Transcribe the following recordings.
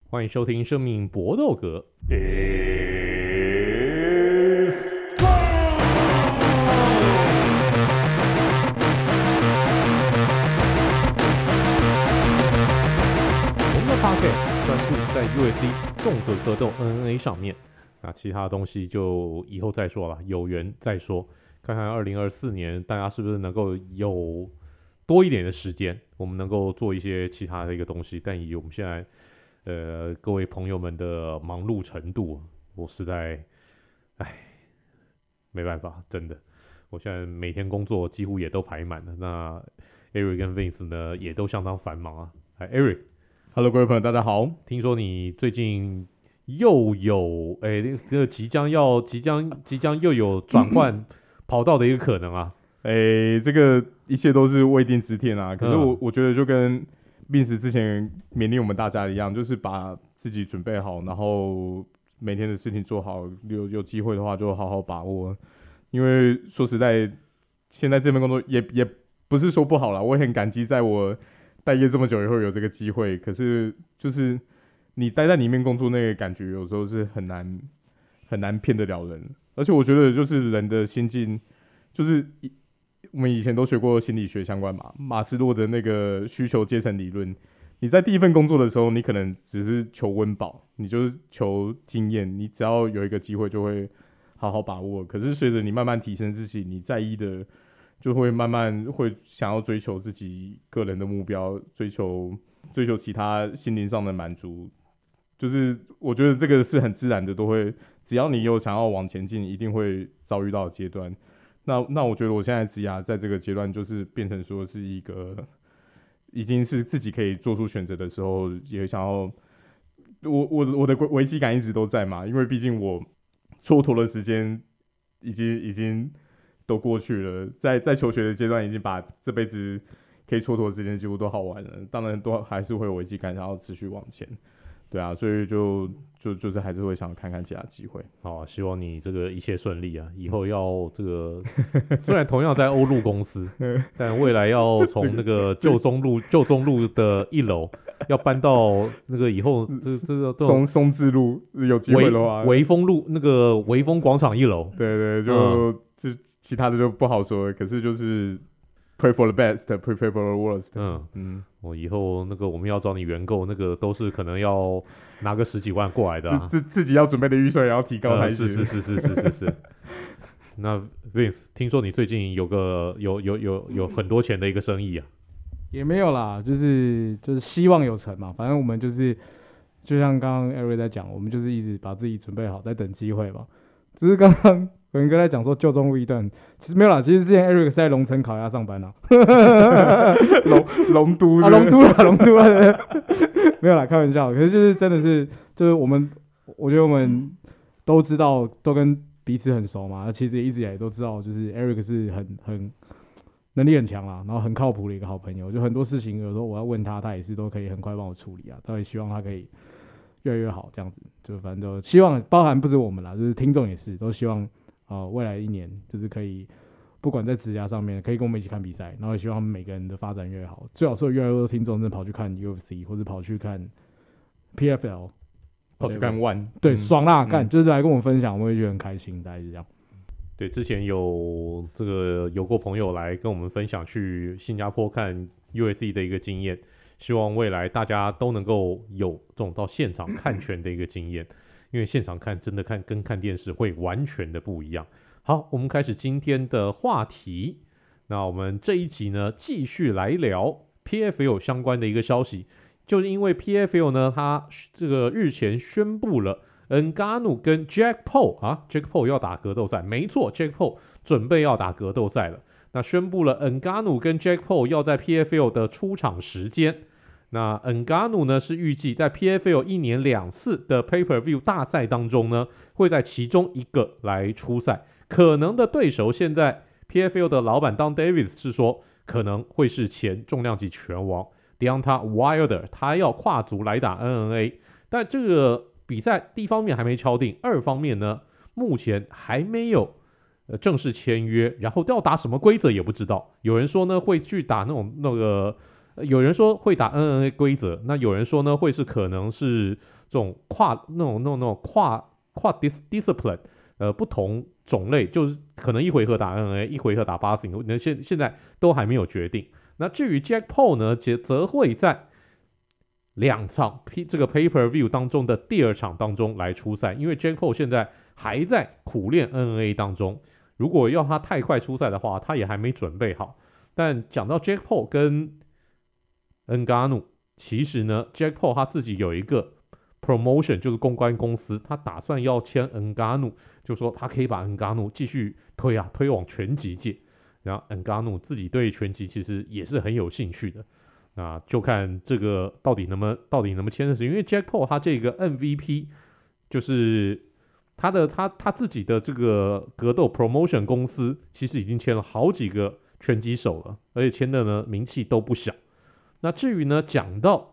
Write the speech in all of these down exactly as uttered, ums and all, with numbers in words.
欢迎收听《生命搏斗格》。我们的 Podcast 专注在 U F C 综合格斗 N N A 上面，那其他的东西就以后再说了，有缘再说。看看二零二四年大家是不是能够有多一点的时间，我们能够做一些其他的一个东西。但以我们现在呃各位朋友们的忙碌程度，我实在唉没办法，真的，我现在每天工作几乎也都排满了。那 Eric 跟 Vince 呢也都相当繁忙啊。哎 ，Eric。Hello， 各位朋友，大家好。 听说你最近又有哎，这个即将要即将即将又有转换跑道的一个可能啊。 哎，这个一切都是未定之天啊。可是我、嗯、我觉得就跟 Vince 之前勉励我们大家一样，就是把自己准备好，然后每天的事情做好，有有机会的话就好好把握。因为说实在，现在这份工作也也不是说不好啦，我也很感激在我待业这么久以后有这个机会。可是就是你待在里面工作，那个感觉有时候是很难很难骗得了人。而且我觉得就是人的心境，就是我们以前都学过心理学相关嘛，马斯洛的那个需求阶层理论。你在第一份工作的时候，你可能只是求温饱，你就是求经验，你只要有一个机会就会好好把握。可是随着你慢慢提升自己，你在意的就会慢慢会想要追求自己个人的目标，追求追求其他心灵上的满足。就是我觉得这个是很自然的，都会只要你有想要往前进，一定会遭遇到的阶段。那那我觉得我现在职涯在这个阶段，就是变成说是一个已经是自己可以做出选择的时候，也想要我我我的危机感一直都在嘛，因为毕竟我蹉跎的时间已经已经都过去了，在在求学的阶段已经把这辈子可以蹉跎的时间几乎都耗完了，当然都还是会有危机感，想要持续往前。对啊，所以就就就是还是会想看看其他机会。 好、啊，希望你这个一切顺利啊！以后要这个虽然同样在欧陆公司，但未来要从那个旧中路旧中路的一楼要搬到那个以后这这个松松智路，有机会的话， 微风路那个微风广场一楼。 对对，就、嗯、就其他的就不好说了。可是就是。Pray for the best, prepare for the worst。 嗯嗯，我以后那个我们要找你原购，那个都是可能要拿个十几万过来的、啊， 自自己要准备的预算也要提高才行、 呃。是是是是是是是。那 Vince， 听说你最近有个有有有有很多钱的一个生意啊？ 也没有啦，就是就是希望有成嘛。反正我们就是就像刚刚 Eric 在讲，我们就是一直把自己准备好，在等机会嘛。只是刚刚。文哥在讲说旧中路一段，其实没有啦，其实之前 Eric 是在龙城烤鸭上班啦， 龙龙都啊龙都啦龙都啦，没有啦，开玩笑。可是就是真的是，就是我们，我觉得我们都知道，都跟彼此很熟嘛。其实也一直以来都知道，就是 Eric 是很很能力很强啦，然后很靠谱的一个好朋友。就很多事情有时候我要问他，他也是都可以很快帮我处理啊。他也希望他可以越来越好，这样子。就反正就希望，包含不止我们啦，就是听众也是都希望。呃，未来一年就是可以，不管在职涯上面，可以跟我们一起看比赛，然后也希望他们每个人的发展越好。最好是有越来越多听众真的跑去看 U F C， 或者跑去看 P F L， 跑去看 One， 对，嗯、爽啦，干、 嗯、 就是来跟我们分享，我们会觉得很开心，大概是这样。 对，之前有这个有过朋友来跟我们分享去新加坡看 U F C 的一个经验，希望未来大家都能够有这种到现场看拳的一个经验。因为现场看真的看跟看电视会完全的不一样。好，我们开始今天的话题。那我们这一集呢，继续来聊 P F L 相关的一个消息，就是因为 P F L 呢，它这个日前宣布了 Ngannou 跟 Jake Paul 啊 ，Jake Paul 要打格斗赛，没错 ，Jake Paul 准备要打格斗赛了。那宣布了 Ngannou 跟 Jake Paul 要在 P F L 的出场时间。那 Ngannou 呢是预计在 P F L 一年两次的 Pay-Per-View 大赛当中呢，会在其中一个来出赛。可能的对手现在 P F L 的老板 Don Davis 是说可能会是前重量级拳王 Deontay Wilder， 他要跨足来打 N N A。但这个比赛一方面还没敲定，二方面呢目前还没有、呃、正式签约，然后要打什么规则也不知道。有人说呢会去打那种那个。有人说会打 N N A 规则，那有人说呢会是可能是这种跨那种那种那种跨跨 dis discipline 呃不同种类，就是可能一回合打 N A， 一回合打 Boxing， 那现现在都还没有决定。那至于 Jack Paul 呢，则会在两场这个 Pay Per View 当中的第二场当中来出赛，因为 Jack Paul 现在还在苦练 N A 当中，如果要他太快出赛的话，他也还没准备好。但讲到 Jack Paul 跟 Ngannou， 其实呢 Jack Paul 他自己有一个 promotion， 就是公关公司，他打算要签 Ngannou， 就说他可以把 Ngannou 继续推啊推往拳击界。然后 Ngannou 自己对拳击其实也是很有兴趣的，那就看这个到底能不能到底能不能签的是，因为 Jack Paul 他这个 M V P 就是他的他他自己的这个格斗 promotion 公司，其实已经签了好几个拳击手了，而且签的呢名气都不小。那至于呢讲到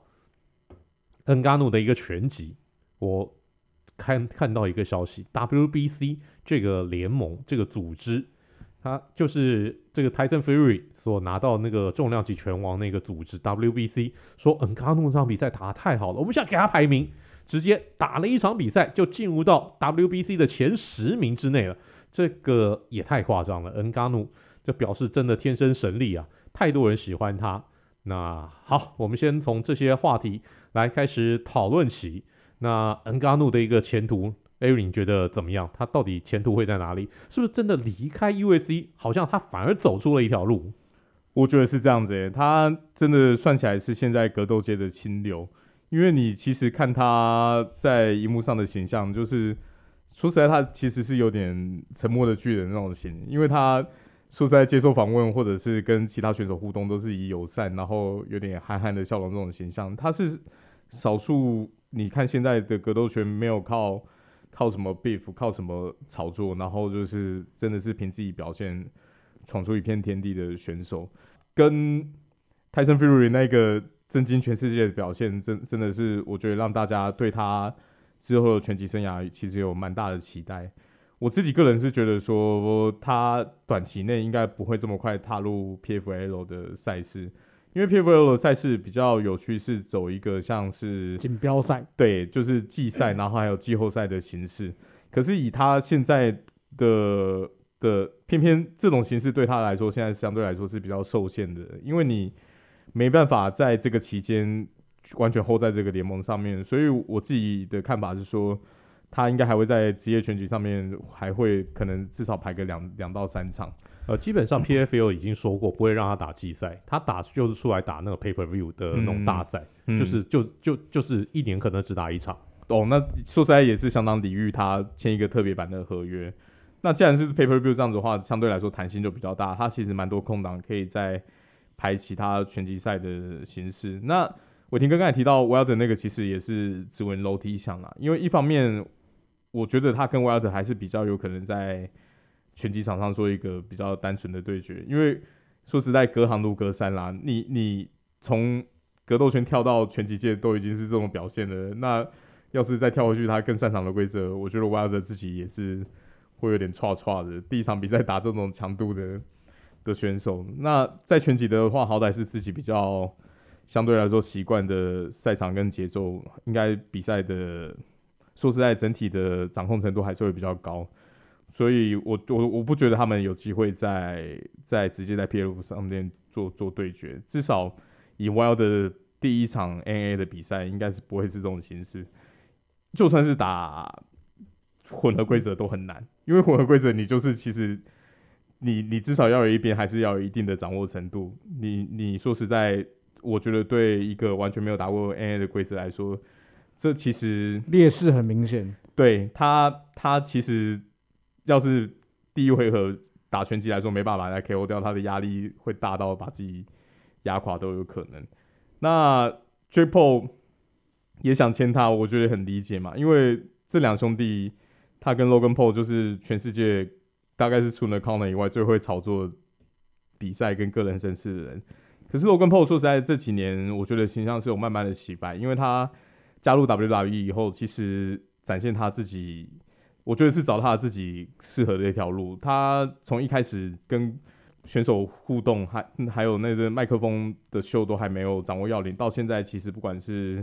Ngannou 的一个拳击，我看看到一个消息 ，W B C 这个联盟这个组织。他就是这个 Tyson Fury 所拿到那个重量级拳王那个组织 W B C 说 Ngannou 这场比赛打得太好了，我们想给他排名，直接打了一场比赛就进入到 W B C 的前十名之内了，这个也太夸张了。Ngannou 这表示真的天生神力啊，太多人喜欢他。那好，我们先从这些话题来开始讨论起。那 Ngannou 的一个前途，Avery 你觉得怎么样？他到底前途会在哪里？是不是真的离开 U F C， 好像他反而走出了一条路？ 我觉得是这样子耶，他真的算起来是现在格斗界的清流。因为你其实看他在荧幕上的形象，就是说实在，他其实是有点沉默的巨人那种型。因为他说实在接受访问或者是跟其他选手互动，都是以友善，然后有点憨憨的笑容这种形象。他是少数你看现在的格斗圈没有靠。靠什么 beef， 靠什么炒作，然后就是真的是凭自己表现闯出一片天地的选手，跟 Tyson Fury 那个震惊全世界的表现，真真的是我觉得让大家对他之后的拳击生涯其实有蛮大的期待。我自己个人是觉得说，他短期内应该不会这么快踏入 P F L 的赛事。因为 P F L 的赛事比较有趣，是走一个像是锦标赛， 对，就是季赛，然后还有季后赛的形式。可是以他现在的的，偏偏这种形式对他来说，现在相对来说是比较受限的，因为你没办法在这个期间完全 hold 在这个联盟上面。所以我自己的看法是说，他应该还会在职业拳击上面，还会可能至少排个两两到三场。 呃，基本上 P F L 已经说过不会让他打季赛，他打就是出来打那个 Pay Per View 的那种大赛，嗯、就是就就就是一年可能只打一场。 哦，那说实在也是相当礼遇他签一个特别版的合约。那既然是 Pay Per View 这样子的话，相对来说弹性就比较大，他其实蛮多空档可以再排其他拳击赛的形式。那伟霆哥刚才提到 Wilder 那个，其实也是指纹楼梯响啦，因为一方面我觉得他跟 Wilder 还是比较有可能在拳击场上做一个比较单纯的对决，因为说实在隔行如隔山啦，你你从格斗圈跳到拳击界都已经是这种表现了，那要是再跳回去他更擅长的规则，我觉得 Wilder 自己也是会有点挫挫的。第一场比赛打这种强度的的选手，那在拳击的话，好歹是自己比较相对来说习惯的赛场跟节奏，应该比赛的说实在整体的掌控程度还是会比较高。所以我我我不觉得他们有机会在在直接在 P F L 上面做做对决，至少以 Wilder 的第一场 N A 的比赛应该是不会是这种形式。就算是打混合规则都很难，因为混合规则你就是其实你你至少要有一边还是要有一定的掌握程度。你你说实在，我觉得对一个完全没有打过 N A 的规则来说，这其实劣势很明显。 对他他其实。要是第一回合打拳击来说没办法来 K O 掉，他的压力会大到把自己压垮都有可能。那 Jake Paul 也想签他，我觉得很理解嘛，因为这两兄弟他跟 Logan Paul 就是全世界大概是除了 Conor 以外最会炒作比赛跟个人身世的人。可是 Logan Paul 说实在这几年我觉得形象是有慢慢的洗白，因为他加入 W W E 以后，其实展现他自己。我觉得是找他自己适合的一条路。他从一开始跟选手互动，还还有那个麦克风的秀都还没有掌握要领，到现在其实不管是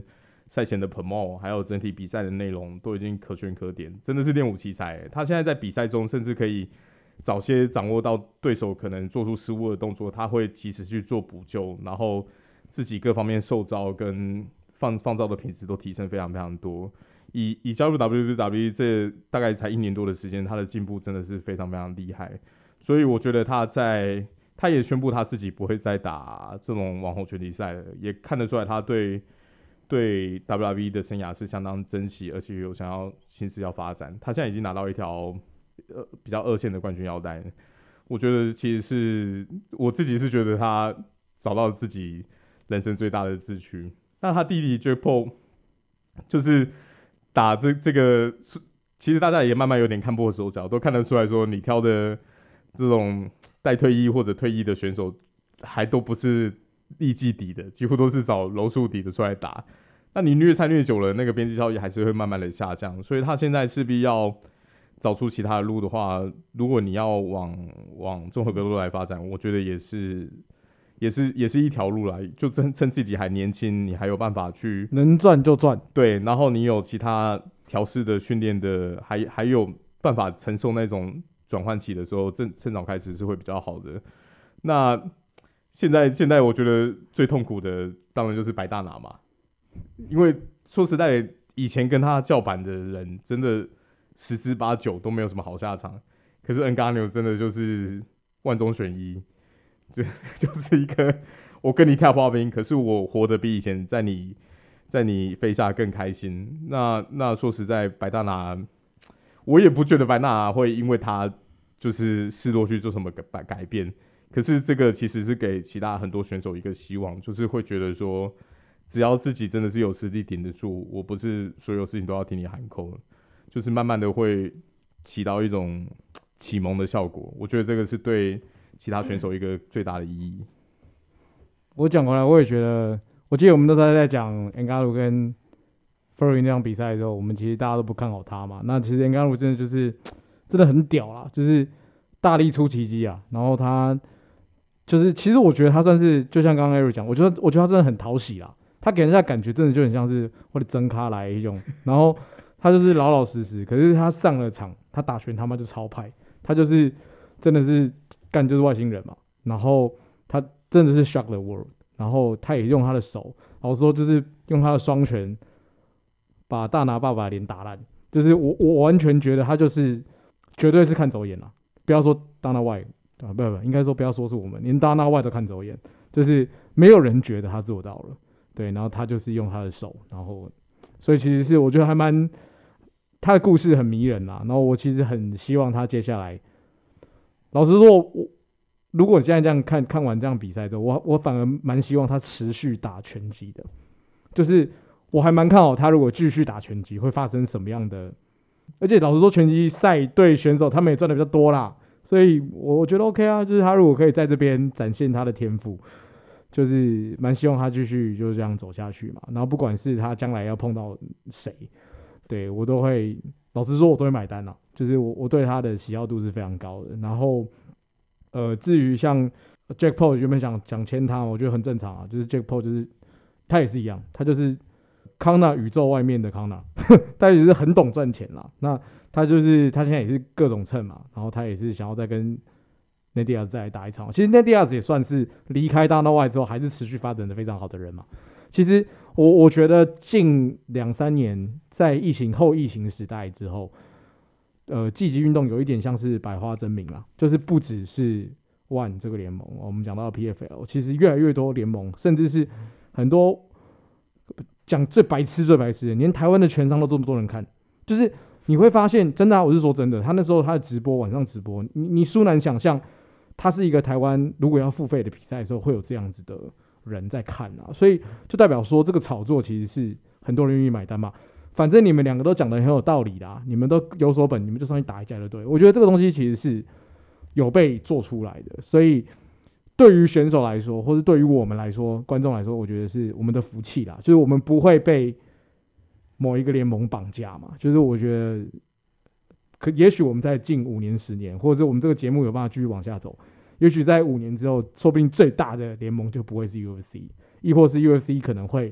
赛前的 promo， 还有整体比赛的内容都已经可圈可点，真的是练武奇才。他现在在比赛中甚至可以早些掌握到对手可能做出失误的动作，他会及时去做补救，然后自己各方面受招跟放放招的品质都提升非常非常多。以以加入 W W E 这大概才一年多的时间，他的进步真的是非常非常厉害。所以我觉得他在他也宣布他自己不会再打这种网红拳击赛了，也看得出来他对对 W W E 的生涯是相当珍惜，而且有想要心思要发展。他现在已经拿到一条呃比较二线的冠军腰带，我觉得其实是我自己是觉得他找到自己人生最大的志趣。那他弟弟 Jake Paul 就是打这这个，其实大家也慢慢有点看破手脚，都看得出来说你挑的这种待退役或者退役的选手，还都不是力技底的，几乎都是找柔术底的出来打。那你虐菜虐久了，那个边际效益还是会慢慢的下降，所以他现在势必要找出其他的路的话，如果你要往往综合格斗来发展，我觉得也是也是也是一条路啦。就趁趁自己还年轻，你还有办法去能赚就赚， 对，然后你有其他调试的训练的，还还有办法承受那种转换期的时候，趁趁早开始是会比较好的。那现在现在我觉得最痛苦的当然就是白大拿嘛，因为说实在，以前跟他叫板的人真的十之八九都没有什么好下场，可是 Ngannou 真的就是万中选一，就就是一个我跟你跳炮兵，可是我活得比以前在你在你飞下更开心。那那说实在，白大拿我也不觉得白大拿会因为他就是示弱去做什么改改变。可是这个其实是给其他很多选手一个希望，就是会觉得说，只要自己真的是有实力顶得住，我不是所有事情都要听你喊扣了，就是慢慢的会起到一种启蒙的效果。我觉得这个是对其他选手一个最大的意义。 我讲回来，我也觉得，我记得我们都在讲 Ngannou 跟 Fury 那场比赛的时候，我们其实大家都不看好他嘛。那其实 Ngannou 真的就是真的很屌啦，就是大力出奇迹啊，然后他。就是，其实我觉得他算是，就像刚刚 Eric 讲，我觉得，我觉得他真的很讨喜啦。他给人家感觉真的就很像是我的真咖来用，然后他就是老老实实。可是他上了场，他打拳他妈就超派，他就是真的是干就是外星人嘛。然后他真的是 shock the world， 然后他也用他的手，老实说就是用他的双拳把大拿爸爸的脸打烂。就是我我完全觉得他就是绝对是看走眼啦，不要说Dana White。啊，不不，应该说不要说是我们，连Dana White都看走眼，就是没有人觉得他做到了，对，然后他就是用他的手，然后，所以其实是我觉得还蛮，他的故事很迷人啦，然后我其实很希望他接下来，老实说，我如果你现在这样看看完这样比赛之后，我我反而蛮希望他持续打拳击的，就是我还蛮看好他如果继续打拳击会发生什么样的，而且老实说，拳击赛对选手他们也赚的比较多啦。所以我觉得 OK 啊，就是他如果可以在这边展现他的天赋，就是蛮希望他继续就是这样走下去嘛。然后不管是他将来要碰到谁，对我都会，老实说我都会买单啦。就是我我对他的喜好度是非常高的。然后呃，至于像 Jake Paul 原本想想签他，我觉得很正常啊。就是 Jake Paul 就是他也是一样，他就是康纳宇宙外面的康纳，他也是很懂赚钱啦。那他就是他现在也是各种蹭嘛，然后他也是想要再跟内迪亚斯再来打一场。其实内迪亚斯也算是离开大闹外之后，还是持续发展的非常好的人嘛。其实我我觉得近两三年在疫情后疫情时代之后，呃，积极运动有一点像是百花争鸣啦，就是不只是 One 这个联盟，我们讲到 P F L， 其实越来越多联盟，甚至是很多讲最白痴最白痴的，连台湾的拳商都这么多人看，就是。你会发现，真的、啊，我是说真的，他那时候他的直播晚上直播，你你殊难想象，他是一个台湾如果要付费的比赛的时候，会有这样子的人在看啊，所以就代表说这个炒作其实是很多人愿意买单嘛。反正你们两个都讲得很有道理啦，你们都有所本，你们就上去打一架就对了。我觉得这个东西其实是有被做出来的，所以对于选手来说，或是对于我们来说，观众来说，我觉得是我们的福气啦，就是我们不会被某一个联盟绑架嘛，就是我觉得，可也许我们在近五年、十年，或者是我们这个节目有办法继续往下走，也许在五年之后，说不定最大的联盟就不会是 U F C， 亦或是 U F C 可能会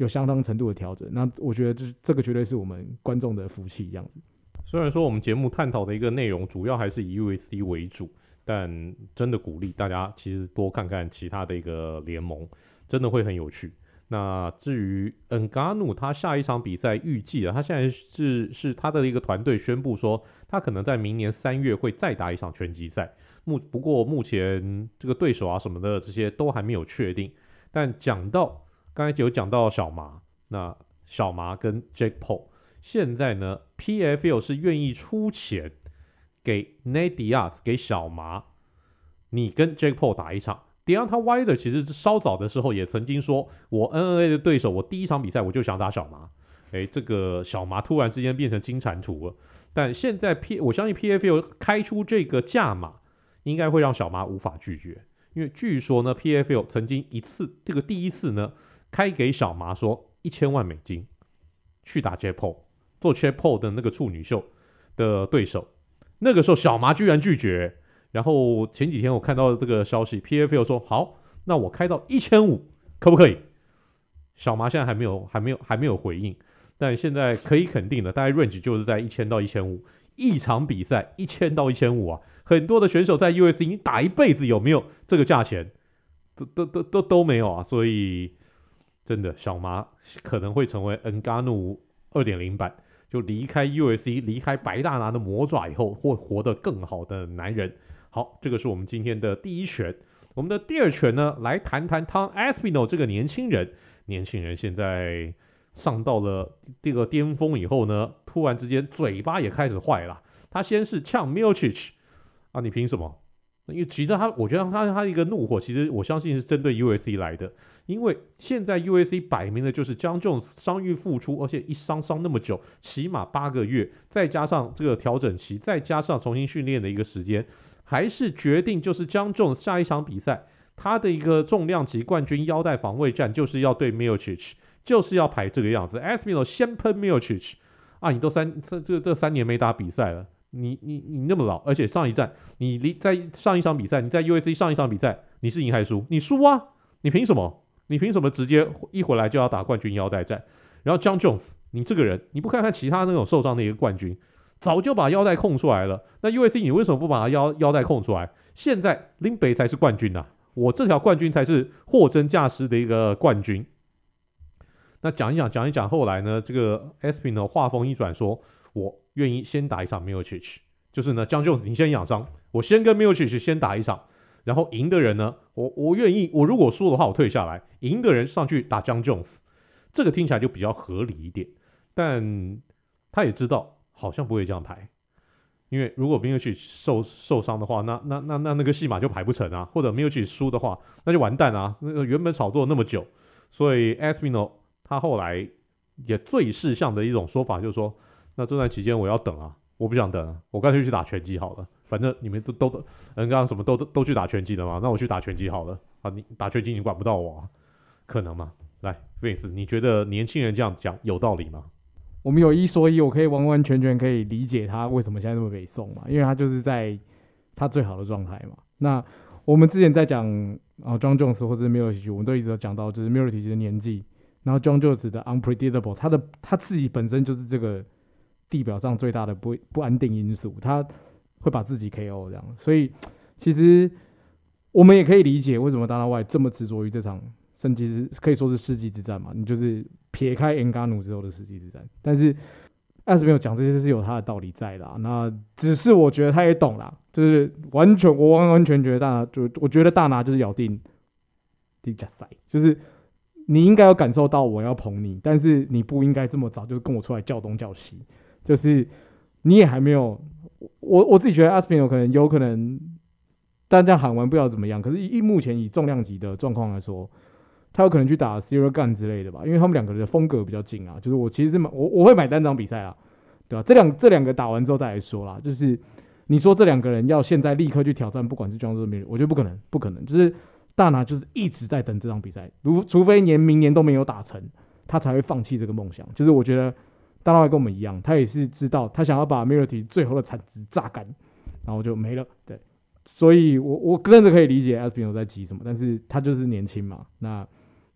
有相当程度的调整。那我觉得这这个绝对是我们观众的福气，这样子。 虽然说我们节目探讨的一个内容主要还是以 U S C 为主，但真的鼓励大家其实多看看其他的一个联盟，真的会很有趣。那至于 Ngannou 他下一场比赛预计了，他现在是是他的一个团队宣布说，他可能在明年三月会再打一场拳击赛。目不过目前这个对手啊什么的这些都还没有确定。但讲到刚才有讲到小麻，那小麻跟 Jake Paul 现在呢 P F L 是愿意出钱给 Nate Diaz 给小麻，你跟 Jake Paul 打一场。Deontay Wilder 其实稍早的时候也曾经说，我 N N A 的对手，我第一场比赛我就想打小麻。哎，这个小麻突然之间变成金蟾蜍了。但现在 P 我相信 P F L 开出这个价码，应该会让小麻无法拒绝。因为据说呢 ，P F L 曾经一次这个第一次呢，开给小麻说一千万美金去打 Jake Paul， 做 Jake Paul 的那个处女秀的对手。那个时候小麻居然拒绝。然后前几天我看到这个消息 ，P F L 说好，那我开到一千五，可不可以？小麻现在还没有、还没有、还没有回应，但现在可以肯定的，大概 range 就是在一千到一千五，一场比赛一千到一千五啊。很多的选手在 U F C 你打一辈子有没有这个价钱？都都都都都没有啊，所以真的小麻可能会成为 Ngannou 二点零 版，就离开 U F C、离开白大拿的魔爪以后，会活得更好的男人。好，这个是我们今天的第一拳。我们的第二拳呢，来谈谈 Tom Aspinall 这个年轻人。年轻人现在上到了这个巅峰以后呢，突然之间嘴巴也开始坏了。他先是呛 Miocic 啊，你凭什么？因为其实他，我觉得他他一个怒火，其实我相信是针对 U F C 来的。因为现在 U F C 摆明的就是 Jon Jones 伤愈复出，而且一伤伤那么久，起码八个月，再加上这个调整期，再加上重新训练的一个时间。还是决定就是 Jon Jones 下一场比赛，他的一个重量级冠军腰带防卫战就是要对 Miocic， 就是要排这个样子。Aspinall 先喷 Miocic 啊，你都三这这这三年没打比赛了，你你你那么老，而且上一站你离在上一场比赛，你在 U F C 上一场比赛你是赢还是输？你输啊，你凭什么？你凭什么直接一回来就要打冠军腰带战？然后 Jon Jones 你这个人，你不看看其他那种受伤的一个冠军？早就把腰带空出来了，那 U F C 你为什么不把他 腰, 腰带空出来？现在林北才是冠军啊，我这条冠军才是货真价实的一个冠军。那讲一讲讲一讲，后来呢，这个 Aspinall 话锋一转说，我愿意先打一场 Miocic， 就是呢 Jon Jones 你先养伤，我先跟 Miocic 先打一场，然后赢的人呢，我我愿意，我如果输的话我退下来，赢的人上去打 Jon Jones， 这个听起来就比较合理一点，但他也知道。好像不会这样排，因为如果 Miocic 受受伤的话，那那那那那个戏码就排不成啊，或者 Miocic 输的话，那就完蛋啊。那个原本炒作那么久，所以 Aspinall 他后来也最识相的一种说法就是说，那这段期间我要等啊，我不想等、啊，我干脆去打拳击好了，反正你们都都都，人刚刚什么都都都去打拳击了嘛，那我去打拳击好了啊，你打拳击你管不到我、啊，可能吗？来 Vince， 你觉得年轻人这样讲有道理吗？ 我们有一说一，我可以完完全全可以理解他为什么现在那么北宋嘛，因为他就是在他最好的状态嘛。那我们之前在讲啊 Jon Jones 或者是 Miocic， 我们都一直有讲到，就是 Miocic 的年纪，然后 Jon Jones 的 unpredictable， 他的他自己本身就是这个地表上最大的不不安定因素，他会把自己 K O 这样，所以其实我们也可以理解为什么 Dana White 这么执着于这场。甚至是可以说是世纪之战嘛，你就是撇开 Ngannou 之后的世纪之战，但是 Aspinall 讲这些是有他的道理在的、啊，那只是我觉得他也懂啦，就是完全我完完全觉得大拿就我觉得大拿就是咬定第加赛，就是你应该有感受到我要捧你，但是你不应该这么早就是跟我出来叫东叫西，就是你也还没有我我自己觉得 Aspinall 可能有可能，但这样喊完不知道怎么样，可是以目前以重量级的状况来说。他有可能去打 Ciryl Gane 之类的吧，因为他们两个人的风格比较近啊。就是我其实是买我我会买单场比赛啦，对吧、啊？这两这两个打完之后再来说啦。就是你说这两个人要现在立刻去挑战，不管是 Jon Jones， 我觉得不可能，不可能。就是大拿就是一直在等这场比赛，如除非连明年都没有打成，他才会放弃这个梦想。就是我觉得大拿跟我们一样，他也是知道他想要把 Miocic 最后的产值榨干，然后就没了。对，所以我我真的可以理解 Aspinall 在急什么，但是他就是年轻嘛，那。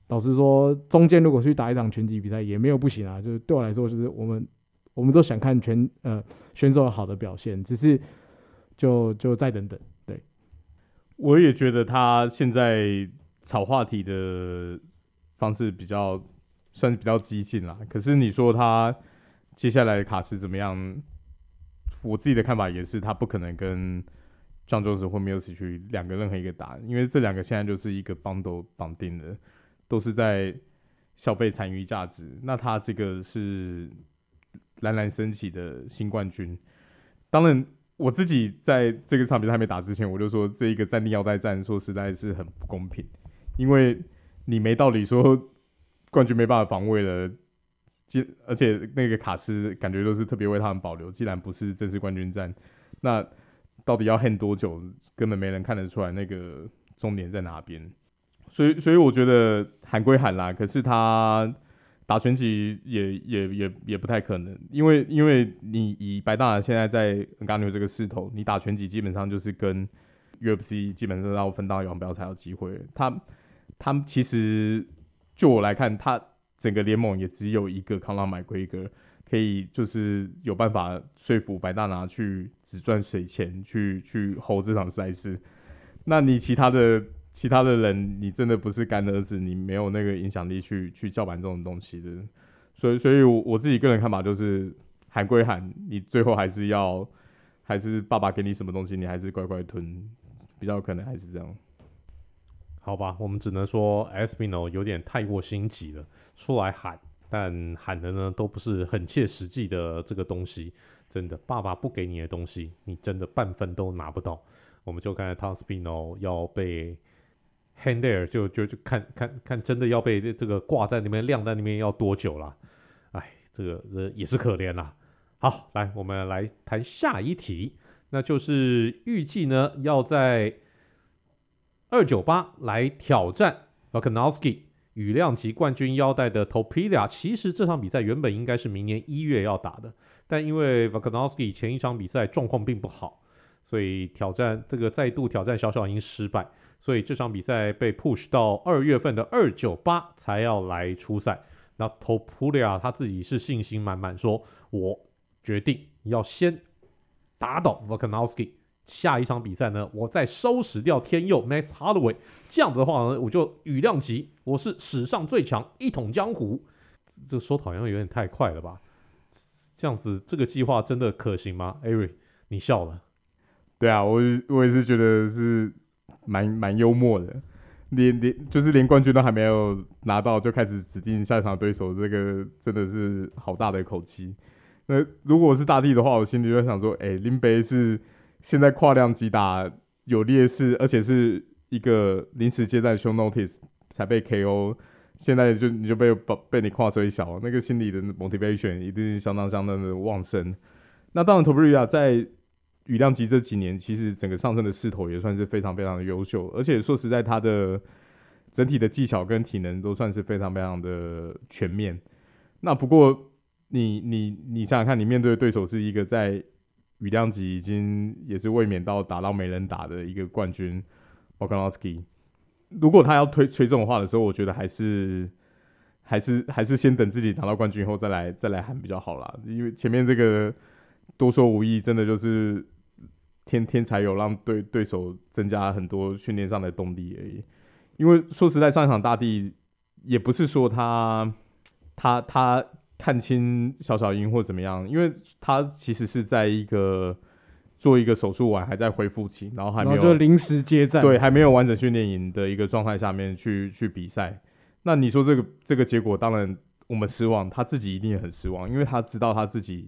老实说，中间如果去打一场拳击比赛也没有不行啊。就是对我来说，就是我们我们都想看拳呃选手好的表现，只是就就再等等。对， 我也觉得他现在炒话题的方式比较算是比较激进啦。可是你说他接下来的卡斯怎么样？我自己的看法也是，他不可能跟 John Jones 或 Miocic 两个任何一个打，因为这两个现在就是一个 bundle 绑定的，都是在消费残余价值。那他这个是冉冉升起的新冠军。当然，我自己在这个场比赛还没打之前，我就说这一个战地腰带战，说实在是很不公平，因为你没道理说冠军没办法防卫了。而且那个卡斯感觉都是特别为他们保留，既然不是正式冠军战，那到底要 hand 多久，根本没人看得出来那个终点在哪边。所以，所以我觉得喊归喊啦，可是他打拳击也也也也不太可能，因为因为你以白大现在在 Ngannou 这个势头，你打拳击基本上就是跟 U F C 基本上要分道扬镳才有机会。他他其实就我来看，他整个联盟也只有一个康拉买规格，可以就是有办法说服白大拿去只赚水钱去去 hold 这场赛事。那你其他的其他的人，你真的不是干儿子，你没有那个影响力去去叫板这种东西的。所以，所以我我自己个人看法就是，喊归喊，你最后还是要，还是爸爸给你什么东西，你还是乖乖吞，比较可能还是这样。 好吧，我们只能说 Espino 有点太过心急了，出来喊，但喊的呢都不是很切实际的这个东西。真的，爸爸不给你的东西，你真的半分都拿不到。我们就看 Tom Spino 要被 hand there， 就就就看看看，真的要被这个挂在那边晾在那边要多久啦？哎，这个这也是可怜啦。好，来我们来谈下一题，那就是预计呢要在二九八来挑战 Volkanovski 羽量级冠军腰带的 Topuria。其实这场比赛原本应该是明年一月要打的，但因为 Volkanovski 前一场比赛状况并不好，所以挑战这个再度挑战小小鹰失败，所以这场比赛被 push 到二月份的二九八才要来出赛。那 Topuria 他自己是信心满满，说我决定要先打倒 Volkanovski。下一场比赛呢，我再收拾掉天佑 Max Holloway， 这样子的话呢，我就羽量级，我是史上最强，一统江湖。这说好像有点太快了吧？这样子，这个计划真的可行吗 ？Ari， 你笑了。 对啊，我我也是觉得是蛮蛮幽默的，连连就是连冠军都还没有拿到，就开始指定下一场对手，这个真的是好大的一口气。那如果我是大帝的话，我心里就想说，哎、欸，林北是。现在跨量级打有劣势，而且是一个临时接在 show notice 才被 K O， 现在就你就被被你跨衰小，那个心理的 motivation 一定是相当相当的旺盛。那当然 Topuria 在羽量级这几年，其实整个上升的势头也算是非常非常的优秀，而且说实在，他的整体的技巧跟体能都算是非常非常的全面。那不过你你你想想看，你面对的对手是一个在羽量级已经也是卫冕到打到没人打的一个冠军 Volkanovski。 如果他要推吹这种话的时候，我觉得还是还是还是先等自己拿到冠军以后再来再来喊比较好啦，因为前面这个多说无益，真的就是天天才有让对对手增加很多训练上的动力而已。因为说实在，上一场大帝也不是说他他他看清小小鹰或怎么样，因为他其实是在一个做一个手术完还在恢复期，然后还没有就临时接战， 对，还没有完整训练营的一个状态下面去去比赛。那你说这个这个结果，当然我们失望，他自己一定也很失望，因为他知道他自己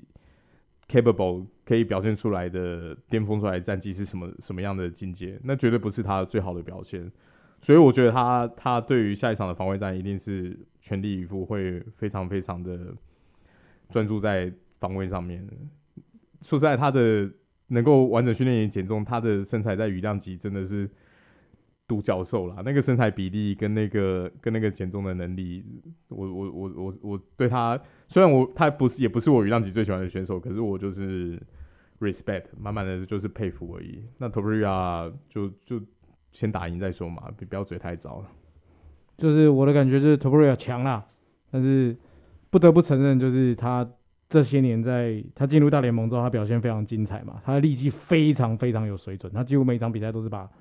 capable 可以表现出来的巅峰出来的战绩是什么什么样的境界，那绝对不是他最好的表现。所以我觉得他他对于下一场的防卫战一定是全力以赴，会非常非常的专注在防卫上面。说实在，他的能够完整训练营减重，他的身材在羽量级真的是独角兽啦。那个身材比例跟那个跟那个减重的能力，我我我我我对他，虽然我他不是也不是我羽量级最喜欢的选手，可是我就是 respect， 慢慢的就是佩服而已。那 Topuria 就就先打赢再说嘛，不要嘴太早了。 就是我的感觉就是 Topuria 强啦，但是不得不承认，就是他这些年在他进入大联盟之后，他表现非常精彩嘛，他的力技非常非常有水准，他几乎每一场比赛都是把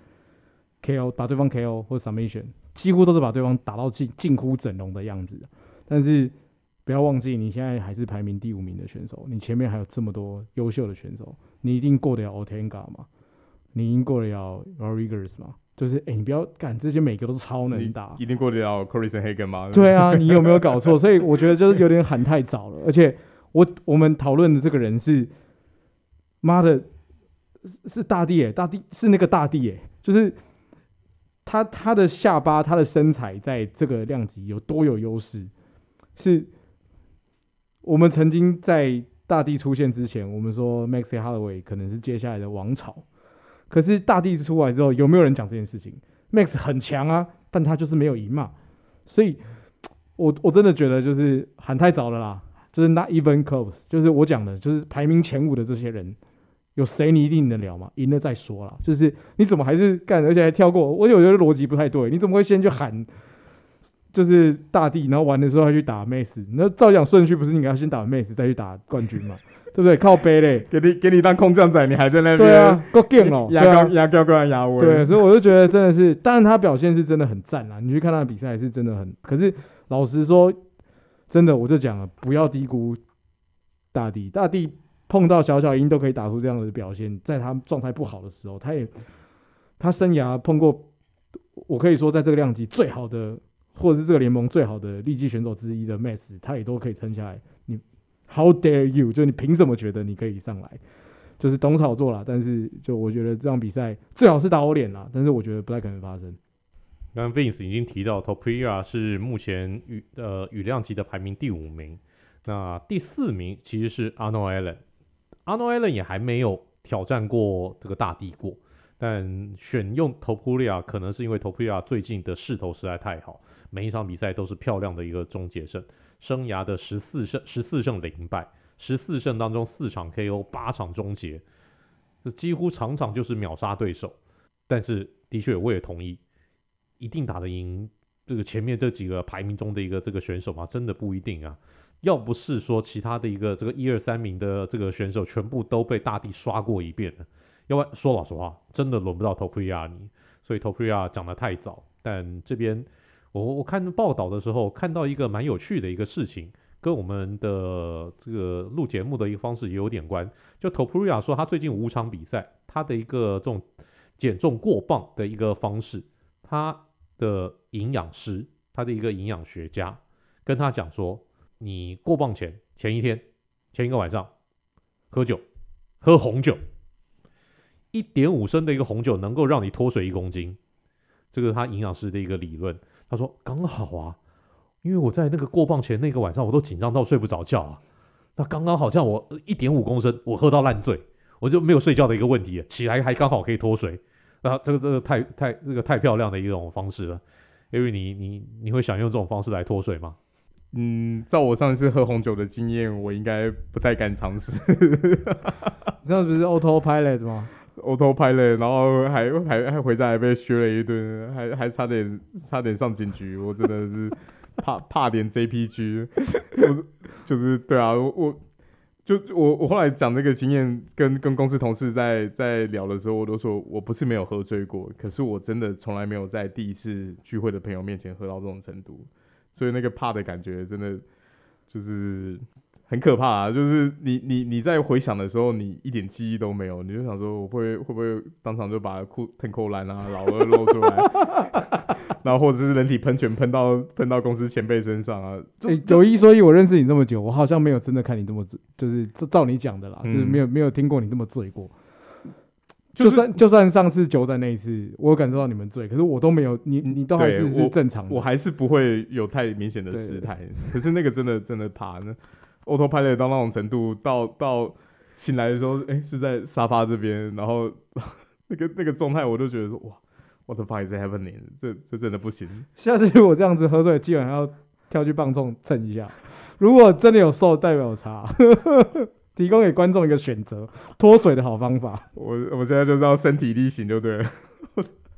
K O 把对方 K O 或 submission， 几乎都是把对方打到近近乎整容的样子。但是不要忘记，你现在还是排名第五名的选手，你前面还有这么多优秀的选手，你一定过得了 Ortega 嘛？你一定过得了 Rodriguez 嘛？就是哎、欸，你不要干这些，每个都是超能打， 一定过得了 Corison Hagen 吗？ 对啊，你有没有搞错？所以我觉得就是有点喊太早了。而且我我们讨论的这个人是，妈的，是大帝哎、欸，大帝是那个大帝哎、欸，就是他他的下巴，他的身材在这个量级有多有优势，是。我们曾经在大帝出现之前，我们说 Maxey Holloway 可能是接下来的王朝。可是大帝出来之后，有没有人讲这件事情 ？Max 很强啊，但他就是没有赢嘛。所以我，我我真的觉得就是喊太早了啦，就是 not even close， 就是我讲的，就是排名前五的这些人，有谁你一定赢得了吗？赢了再说啦。就是你怎么还是干，而且还跳过？我有觉得逻辑不太对，你怎么会先去喊？就是大帝，然后玩的时候还去打 Max， 那照讲顺序不是应该先打 Max 再去打冠军嘛？对不对？靠背嘞， 给你给你当空降仔，你还在那边？ 对啊，够劲哦， 压高压高过来压威。 对，所以我就觉得真的是，当然他表现是真的很赞啦，你去看他的比赛是真的很，可是老实说，真的我就讲了，不要低估大帝，大帝碰到小小鹰都可以打出这样的表现，在他状态不好的时候，他也他生涯碰过，我可以说在这个量级最好的。或者是这个联盟最好的力技选手之一的 Max， 他也都可以撑下来。你 How dare you？ 就你凭什么觉得你可以上来？就是懂炒作啦。但是就我觉得这场比赛最好是打我脸啦，但是我觉得不太可能发生。 刚刚 Vince 已经提到 Topuria 是目前羽呃羽量级的排名第五名，那第四名其实是 Arnold Allen。Arnold Allen 也还没有挑战过这个大帝过，但选用 Topuria 可能是因为 Topuria 最近的势头实在太好。每一场比赛都是漂亮的一个终结胜，生涯的十四胜十四胜零败，十四胜当中四场 K O， 八场终结，这几乎场场就是秒杀对手。但是的确我也同意，一定打得赢这个前面这几个排名中的一个这个选手吗？真的不一定啊。要不是说其他的一个这个一二三名的这个选手全部都被大帝刷过一遍了，要不然说老实话，真的轮不到 Topuria 你。所以 Topuria 讲得太早，但这边。我我看报道的时候，看到一个蛮有趣的一个事情，跟我们的这个录节目的一个方式也有点关。就 Topuria 说，他最近五场比赛，他的一个这种减重过磅的一个方式，他的营养师，他的一个营养学家跟他讲说，你过磅前前一天前一个晚上喝酒，喝红酒，一点五升的一个红酒能够让你脱水一公斤，这个是他营养师的一个理论。他说刚好啊，因为我在那个过磅前那个晚上我都紧张到睡不着觉啊，那刚刚好像我 一点五公升我喝到烂醉，我就没有睡觉的一个问题，起来还刚好可以脱水。那这个这个太太这个太漂亮的一种方式了。因为你你你会想用这种方式来脱水吗？ 嗯，照我上次喝红酒的经验，我应该不太敢尝试。 这样不是 Autopilot 吗 ？Autopilot， 然后还还还回家还被削了一顿，还还差点差点上警局，我真的是怕怕点 J P G， 我就是对啊，我我就我我后来讲这个经验，跟跟公司同事在在聊的时候，我都说我不是没有喝醉过，可是我真的从来没有在第一次聚会的朋友面前喝到这种程度，所以那个怕的感觉真的就是很可怕啊！就是你你你在回想的时候，你一点记忆都没有，你就想说我会会不会当场就把裤腾扣烂啊，老二露出来，然后或者是人体喷泉喷到喷到公司前辈身上啊！ 欸、九一说一，我认识你这么久，我好像没有真的看你这么醉，就是照你讲的啦，嗯、就是没有没有听过你这么醉过。就算就算上次九展那一次，我有感受到你们醉，可是我都没有，你你都还是是正常的我，我还是不会有太明显的失态。可是那个真的真的怕呢。Autopilot 到那种程度，到到醒来的时候，哎、欸，是在沙发这边，然后那个那个状态，我就觉得说，哇 ，What the fuck is happening？ 这这真的不行。 下次如果这样子喝醉，基本上要跳去棒冲蹭一下。如果真的有瘦，代表有差。提供给观众一个选择，脱水的好方法。 我我现在就是要身体力行就对了。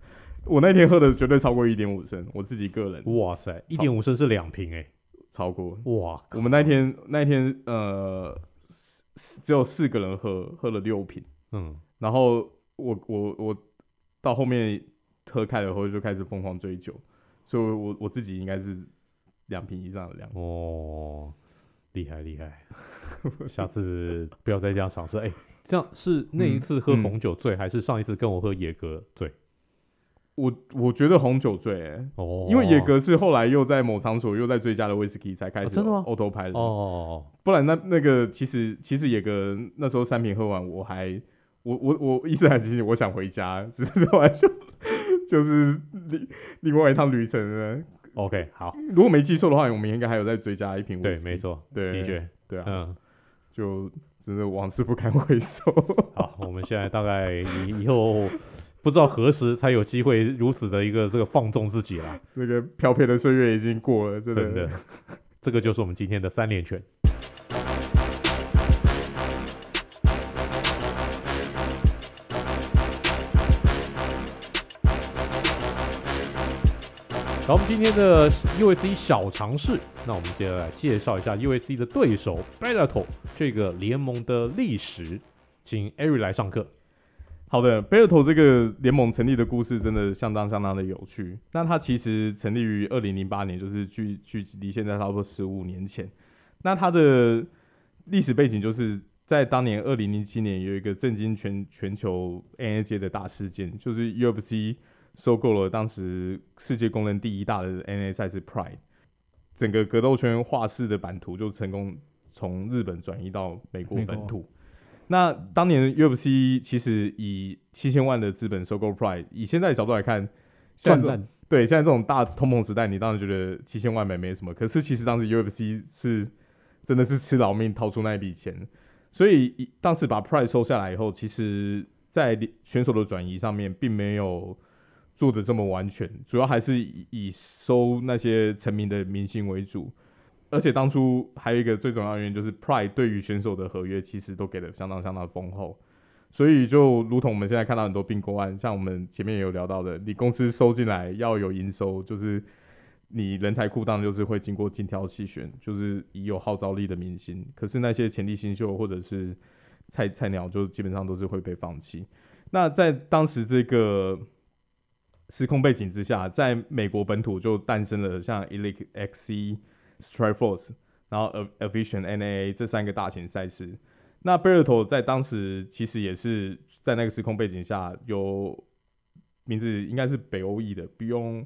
我那天喝的绝对超过一点五升，我自己个人。 哇塞，一点五升是两瓶哎， 超过。 哇， 我们那天那天呃只有四个人喝，喝了六瓶。嗯，然后我我我到后面喝开了后就开始疯狂追酒，所以我我自己应该是两瓶以上的量。 哦，厉害厉害，下次不要再这样尝试。哎、欸，这样是那一次喝红酒醉，嗯、还是上一次跟我喝野格醉？ 我我觉得红酒醉、欸，哦，因为野格是后来又在某场所又在追加了威士忌才开始、哦、 真的吗 ？auto 拍的哦， 不然那那个其实其实野格那时候三瓶喝完，我还我我我意识很清醒，我想回家，只是后来就就是另另外一趟旅程了。 OK， 好， 如果没记错的话，我们应该还有再追加一瓶威士忌。 对，没错， 对， 的确， 对啊，嗯，就真的往事不堪回首。 好，我们现在大概以以后不知道何时才有机会如此的一个这个放纵自己啦。 那个飘飘的岁月已经过了，真的， 真的，这个就是我们今天的三连拳。好，我们今天的 U F C 小常识，那我们接下来介绍一下 U F C 的对手 Bellator 这个联盟的历史，请 Eric 来上课。 好的 ，Bellator 这个联盟成立的故事真的相当相当的有趣。那它其实成立于二零零八年，就是距距离现在差不多十五年前。那它的历史背景就是在当年二零零七年有一个震惊全全球 N A 界的大事件，就是 U F C 收购了当时世界公认第一大的 N A 赛事 Pride， 整个格斗圈画室的版图就成功从日本转移到美国本土。那当年 U F C 其实以七千万的资本收购 Pride， 以现在的角度来看， 赚烂。 对，现在这种大通膨时代，你当然觉得七千万没没什么，可是其实当时 U F C 是真的是吃老命掏出那一笔钱，所以当时把 Pride 收下来以后，其实在选手的转移上面并没有做的这么完全，主要还是 以, 以收那些成名的明星为主。而且当初还有一个最重要的原因，就是 Pride 对于选手的合约其实都给的相当相当丰厚，所以就如同我们现在看到很多并购案，像我们前面也有聊到的，你公司收进来要有营收，就是你人才库当然就是会经过精挑细选，就是以有号召力的明星，可是那些潜力新秀或者是菜菜鸟就基本上都是会被放弃。那在当时这个时空背景之下，在美国本土就诞生了像 Elite X C、Strikeforce， 然后 Aviation N A A 这三个大型赛事。那 Bellator 在当时其实也是在那个时空背景下，有名字应该是北欧裔的 Bjorn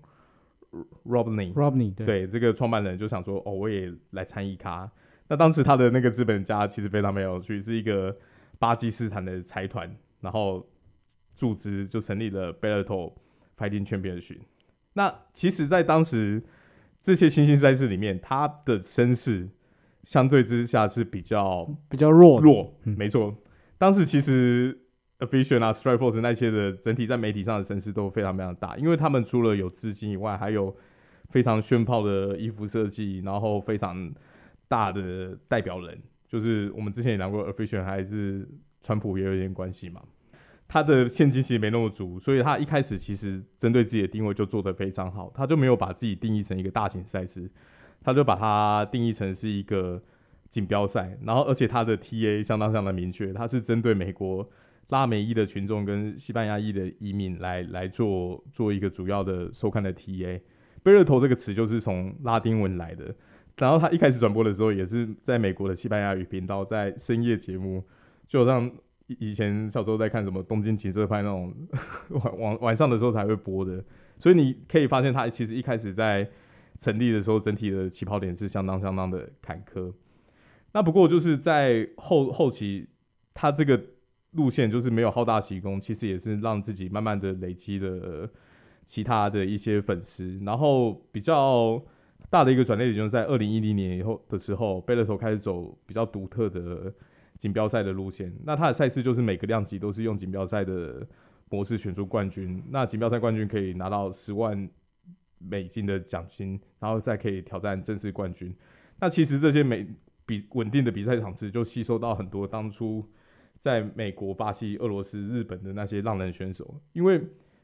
Robney， Robney 对, 对这个创办人就想说，哦，我也来参与咖。那当时他的那个资本家其实非常没有趣，是一个巴基斯坦的财团，然后注资就成立了 Bellator Fighting Championship。那其实，在当时这些新兴赛事里面，他的声势相对之下是比较比较弱弱，嗯、没错。当时其实 Aviation 啊、Strikeforce 那些的整体在媒体上的声势都非常非常大，因为他们除了有资金以外，还有非常炫炮的衣服设计，然后非常大的代表人，就是我们之前也聊过 Aviation 还是川普也有一点关系嘛。他的现金其实没那么足，所以他一开始其实针对自己的定位就做得非常好，他就没有把自己定义成一个大型赛事，他就把它定义成是一个锦标赛，然后而且他的 T A 相当相当明确，他是针对美国拉美裔的群众跟西班牙裔的移民来来做做一个主要的收看的 T A。贝勒头这个词就是从拉丁文来的，然后他一开始转播的时候也是在美国的西班牙语频道，在深夜节目，就好像以前小时候在看什么东京情色派那种晚晚上的时候才会播的，所以你可以发现他其实一开始在成立的时候整体的起跑点是相当相当的坎坷。那不过就是在 后, 后期他这个路线就是没有好大喜功，其实也是让自己慢慢的累积了其他的一些粉丝，然后比较大的一个转捩点就是在二零一零年以后的时候，贝勒头开始走比较独特的锦标赛的路线。那他的赛事就是每个量级都是用锦标赛的模式选出冠军，那锦标赛冠军可以拿到十万美金的奖金，然后再可以挑战正式冠军。那其实这些美比稳定的比赛场次就吸收到很多当初在美国、巴西、俄罗斯、日本的那些浪人选手，因为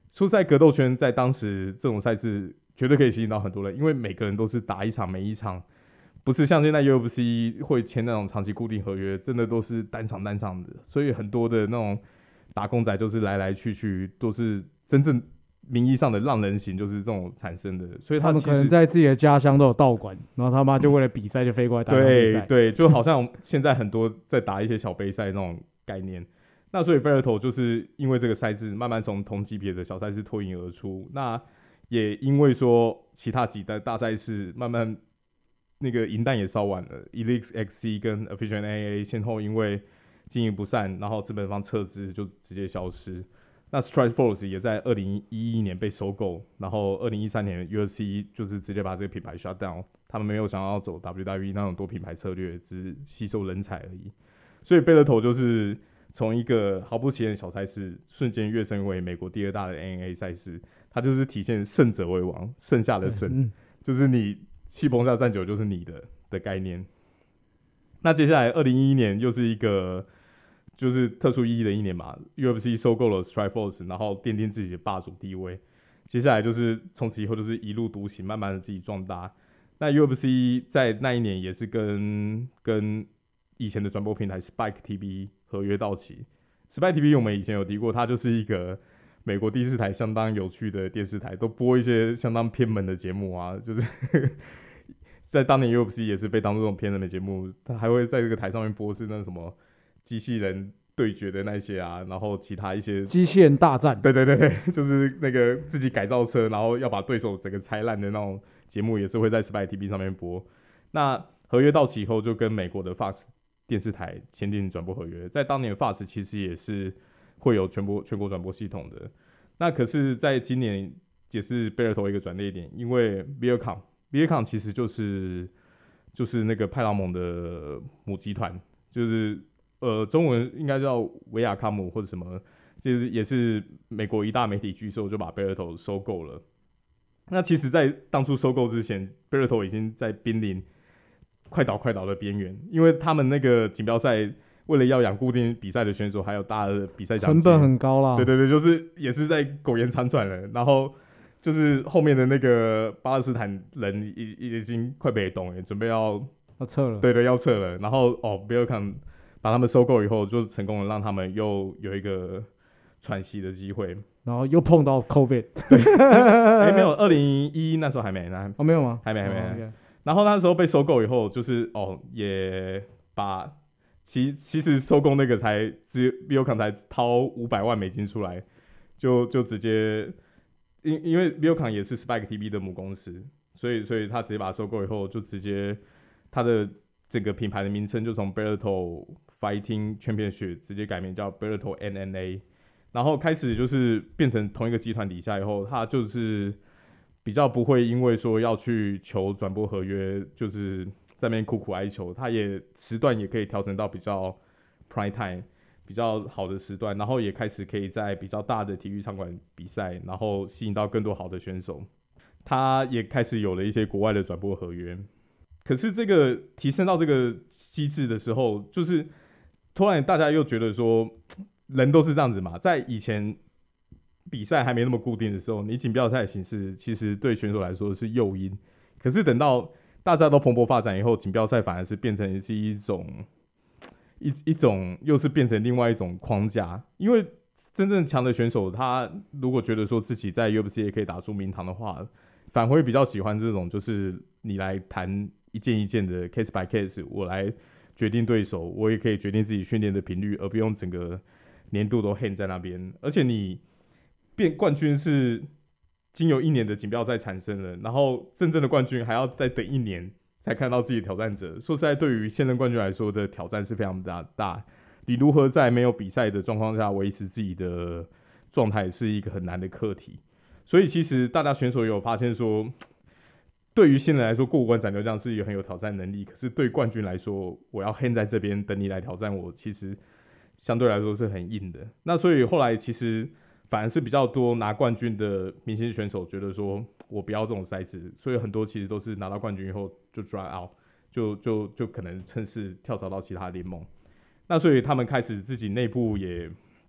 说实在，格斗圈在当时这种赛事绝对可以吸引到很多人，因为每个人都是打一场没一场，不是像现在 U F C 会签那种长期固定合约，真的都是单场单场的，所以很多的那种打工仔就是来来去去，都是真正名义上的浪人型，就是这种产生的。所以 他, 他们可能在自己的家乡都有道馆，然后他妈就为了比赛就飞过来打比赛。 对对，就好像现在很多在打一些小杯赛那种概念。那所以 Bellator 就是因为这个赛制慢慢从同级别的小赛事脱颖而出，那也因为说其他几代大赛事慢慢那个银弹也烧完了 ，Elite X C 跟 Aficionado A A 先后因为经营不善，然后资本方撤资就直接消失。那 Strikeforce 也在二零一一年被收购，然后二零一三年 U F C 就是直接把这个品牌 shut down， 他们没有想要走 W W E 那种多品牌策略，只吸收人才而已。所以 Bellator 就是从一个毫不起眼的小赛事，瞬间跃升为美国第二大的 M M A 赛事，它就是体现胜者为王，剩下的胜，嗯、就是你气棚下站久就是你的的概念。那接下来二零一一年又是一个就是特殊意义的一年嘛 ，U F C 收购了 Strikeforce， 然后奠定自己的霸主地位。接下来就是从此以后就是一路独行，慢慢的自己壮大。那 U F C 在那一年也是跟跟以前的转播平台 Spike T V 合约到期。Spike T V 我们以前有提过，它就是一个美国第四台相当有趣的电视台，都播一些相当偏门的节目啊，就是在当年 U F C 也是被当作这种偏门的节目，它还会在这个台上面播是那什么机器人对决的那些啊，然后其他一些机器人大战， 对对对对，就是那个自己改造车，然后要把对手整个拆烂的那种节目，也是会在 Spike T V 上面播。那合约到期以后，就跟美国的 Fox 电视台签订转播合约，在当年 Fox 其实也是会有全国全国转播系统的。那可是在今年也是 Bellator 一个转捩点，因为 Viacom Viacom 其实就是就是那个派拉蒙的母集团，就是呃中文应该叫维亚康姆或者什么，就是也是美国一大媒体巨兽就把 Bellator 收购了。那其实在当初收购之前 Bellator 已经在濒临快倒快倒的边缘，因为他们那个锦标赛为了要养固定比赛的选手，还有大的比赛奖金， 成本很高啦。 对对对，就是也是在苟延残喘了。然后就是后面的那个巴勒斯坦人已已经快被动了，准备要要撤了。 对对，要撤了。然后哦 ，Viacom 把他们收购以后，就成功的让他们又有一个喘息的机会。 然后又碰到 COVID， 哎、欸，没有，二零一一那时候还没呢。 哦，没有吗？ 还没还没。 哦 okay。 然后那时候被收购以后，就是哦，也把其其实收购那个才只 Viacom 才掏五百万美金出来，就就直接，因因为 Viacom 也是 Spike T V 的母公司，所以所以他直接把它收购以后，就直接他的整个品牌的名称就从 Bellator Fighting Championship 直接改名叫 Bellator M M A， 然后开始就是变成同一个集团底下以后，他就是比较不会因为说要去求转播合约，就是在那边苦苦哀求，他也时段也可以调整到比较 prime time 比较好的时段，然后也开始可以在比较大的体育场馆比赛，然后吸引到更多好的选手。他也开始有了一些国外的转播合约。可是这个提升到这个机制的时候，就是突然大家又觉得说，人都是这样子嘛，在以前比赛还没那么固定的时候，你锦标赛的形式其实对选手来说是诱因。可是等到大家都蓬勃发展以后，锦标赛反而是变成是一种一一种又是变成另外一种框架。因为真正强的选手，他如果觉得说自己在 U F C 也可以打出名堂的话，反而会比较喜欢这种，就是你来谈一件一件的 case by case， 我来决定对手，我也可以决定自己训练的频率，而不用整个年度都 hand 在那边。而且你变冠军是经由一年的锦标赛产生了，然后真正的冠军还要再等一年才看到自己的挑战者。说实在，对于现任冠军来说的挑战是非常大。你如何在没有比赛的状况下维持自己的状态，是一个很难的课题。所以其实大家选手也有发现说，对于新人来说，过关斩六将是一个很有挑战能力。可是对冠军来说，我要 hang 在这边等你来挑战我，其实相对来说是很硬的。那所以后来其实反而是比较多拿冠军的明星选手觉得说，我不要这种赛制，所以很多其实都是拿到冠军以后就 dry out， 就就就可能趁势跳槽到其他联盟。那所以他们开始自己内部也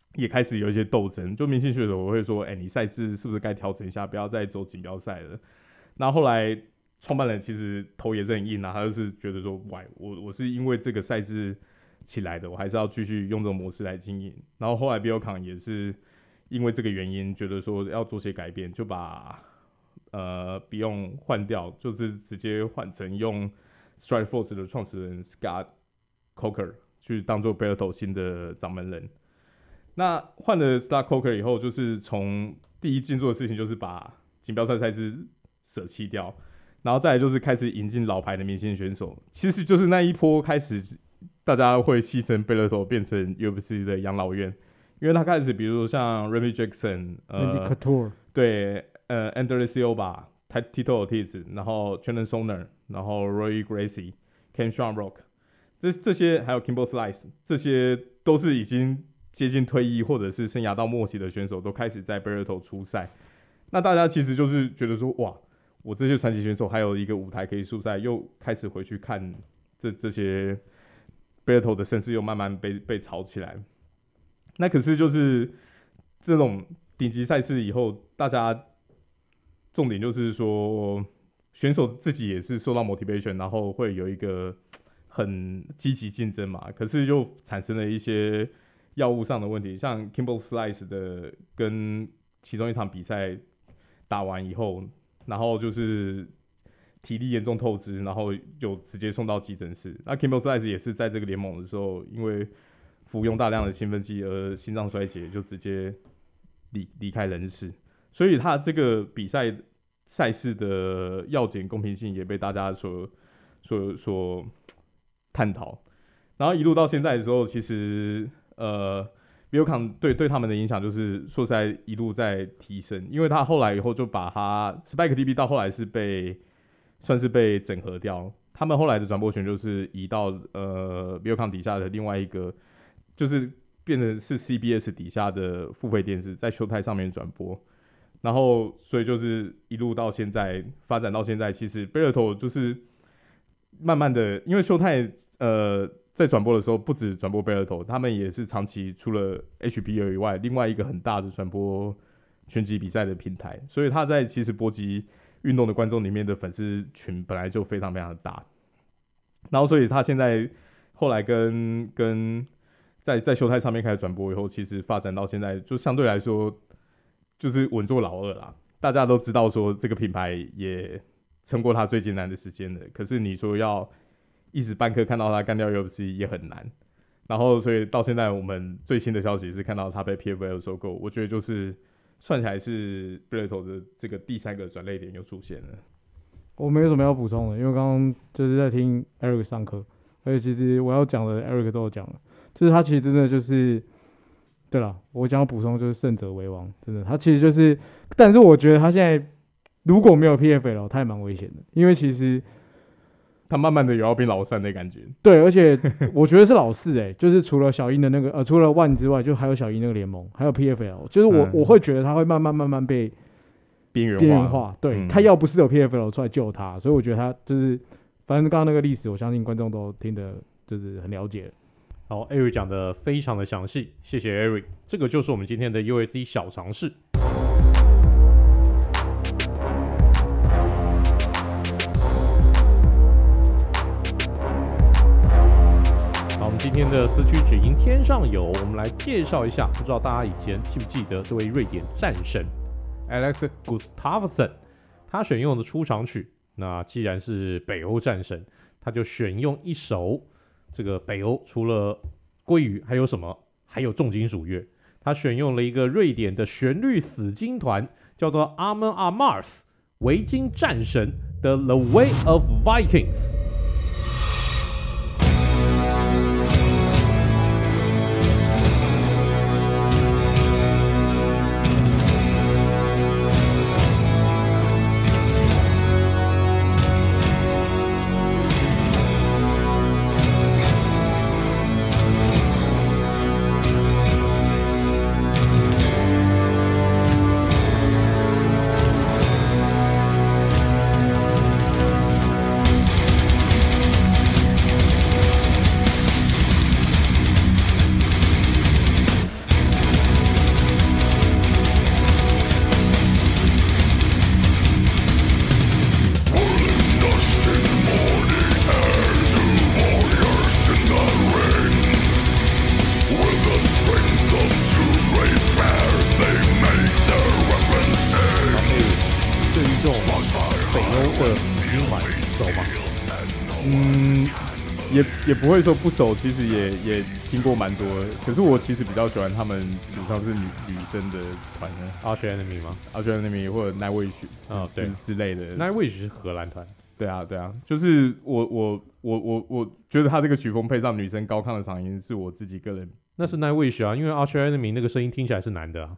也开始有一些斗争，就明星选手我会说，哎、欸，你赛制是不是该调整一下，不要再走锦标赛了？那后来创办人其实头也是很硬啊，他就是觉得说，喂，我我是因为这个赛制起来的，我还是要继续用这种模式来经营。然后后来 Biocon 也是因为这个原因，觉得说要做些改变，就把呃 Beyond 换掉，就是直接换成用 Strikeforce 的创始人 Scott Coker 去当做 Bellator 新的掌门人。那换了 Scott Coker 以后，就是从第一件做的事情就是把锦标赛赛制舍弃掉，然后再来就是开始引进老牌的明星选手。其实就是那一波开始，大家会牺牲 Bellator 变成 U F C 的养老院，因为他开始比如说像 Remy Jackson、 呃、Couture 对，呃 Anderson Silva、Tito Ortiz， 然后 Chandler Soner， 然后 Roy Gracie、Ken Shamrock， 这这些还有 Kimbo Slice， 这些都是已经接近退役或者是生涯到末期的选手，都开始在 Bellator 出赛。那大家其实就是觉得说，哇，我这些传奇选手还有一个舞台可以出赛，又开始回去看这这些 Bellator 的声势又慢慢被被炒起来。那可是就是这种顶级赛事以后，大家重点就是说，选手自己也是受到 motivation， 然后会有一个很积极竞争嘛。可是又产生了一些药物上的问题，像 Kimbo Slice 的跟其中一场比赛打完以后，然后就是体力严重透支，然后有直接送到急诊室。那 Kimbo Slice 也是在这个联盟的时候，因为服用大量的兴奋剂而心脏衰竭，就直接离离开人世。所以他这个比赛赛事的药检公平性也被大家所所所探讨。然后一路到现在的时候，其实呃 Biocon 对对他们的影响就是说实在一路在提升，因为他后来以后就把他 Spike T V 到后来是被算是被整合掉，他们后来的转播权就是移到呃 Biocon 底下的另外一个，就是变成是 C B S 底下的付费电视，在球台上面转播。然后所以就是一路到现在发展到现在，其实 Bellator 就是慢慢的，因为秀泰呃在转播的时候不止转播 Bellator， 他们也是长期除了 H B O 以外另外一个很大的转播拳击比赛的平台，所以他在其实搏击运动的观众里面的粉丝群本来就非常非常的大。然后所以他现在后来跟跟在在秀泰上面开始转播以后，其实发展到现在就相对来说就是稳坐老二啦。大家都知道说这个品牌也撑过他最艰难的时间了，可是你说要一时半刻看到他干掉 U F C 也很难。然后所以到现在我们最新的消息是看到他被 P F L 收购，我觉得就是算起来是 Bellator 的这个第三个转捩点又出现了。 我没有什么要补充的，因为刚刚就是在听 Eric 上课，而且其实我要讲的 Eric 都有讲了，就是他其实真的就是对了，我想要补充就是胜者为王，真的，他其实就是，但是我觉得他现在如果没有 P F L， 他也蛮危险的，因为其实他慢慢的有要变老三的感觉。 对，而且我觉得是老四哎、欸，就是除了小鹰的那个呃，除了 One 之外，就还有小鹰那个联盟，还有 P F L， 就是我、嗯、我会觉得他会慢慢慢慢被边缘化， 边缘化。对、嗯、他要不是有 P F L 出来救他，所以我觉得他就是，反正刚刚那个历史，我相信观众都听得就是很了解。 好 ，Eric 讲的非常的详细，谢谢 Eric。这个就是我们今天的 U F C 小常识。好，我们今天的四驱只赢天上有，我们来介绍一下，不知道大家以前记不记得这位瑞典战神 Alex Gustafsson， 他选用的出场曲，那既然是北欧战神，他就选用一首。这个北欧除了鲑鱼还有什么？还有重金属乐。他选用了一个瑞典的旋律死金团，叫做 Amon Amarth 维京战神的 The Way of Vikings。 也也不会说不熟，其实也也听过蛮多的。可是我其实比较喜欢他们主唱是女女生的团呢 Arch Enemy 吗 ，Arch Enemy 或者 Nightwish 啊、哦，对之类的。 Nightwish 是荷兰团。 对啊，对啊，就是我我我我我觉得他这个曲风配上女生高亢的嗓音，是我自己个人。 那是 Nightwish 啊，因为 Arch Enemy 那个声音听起来是男的啊。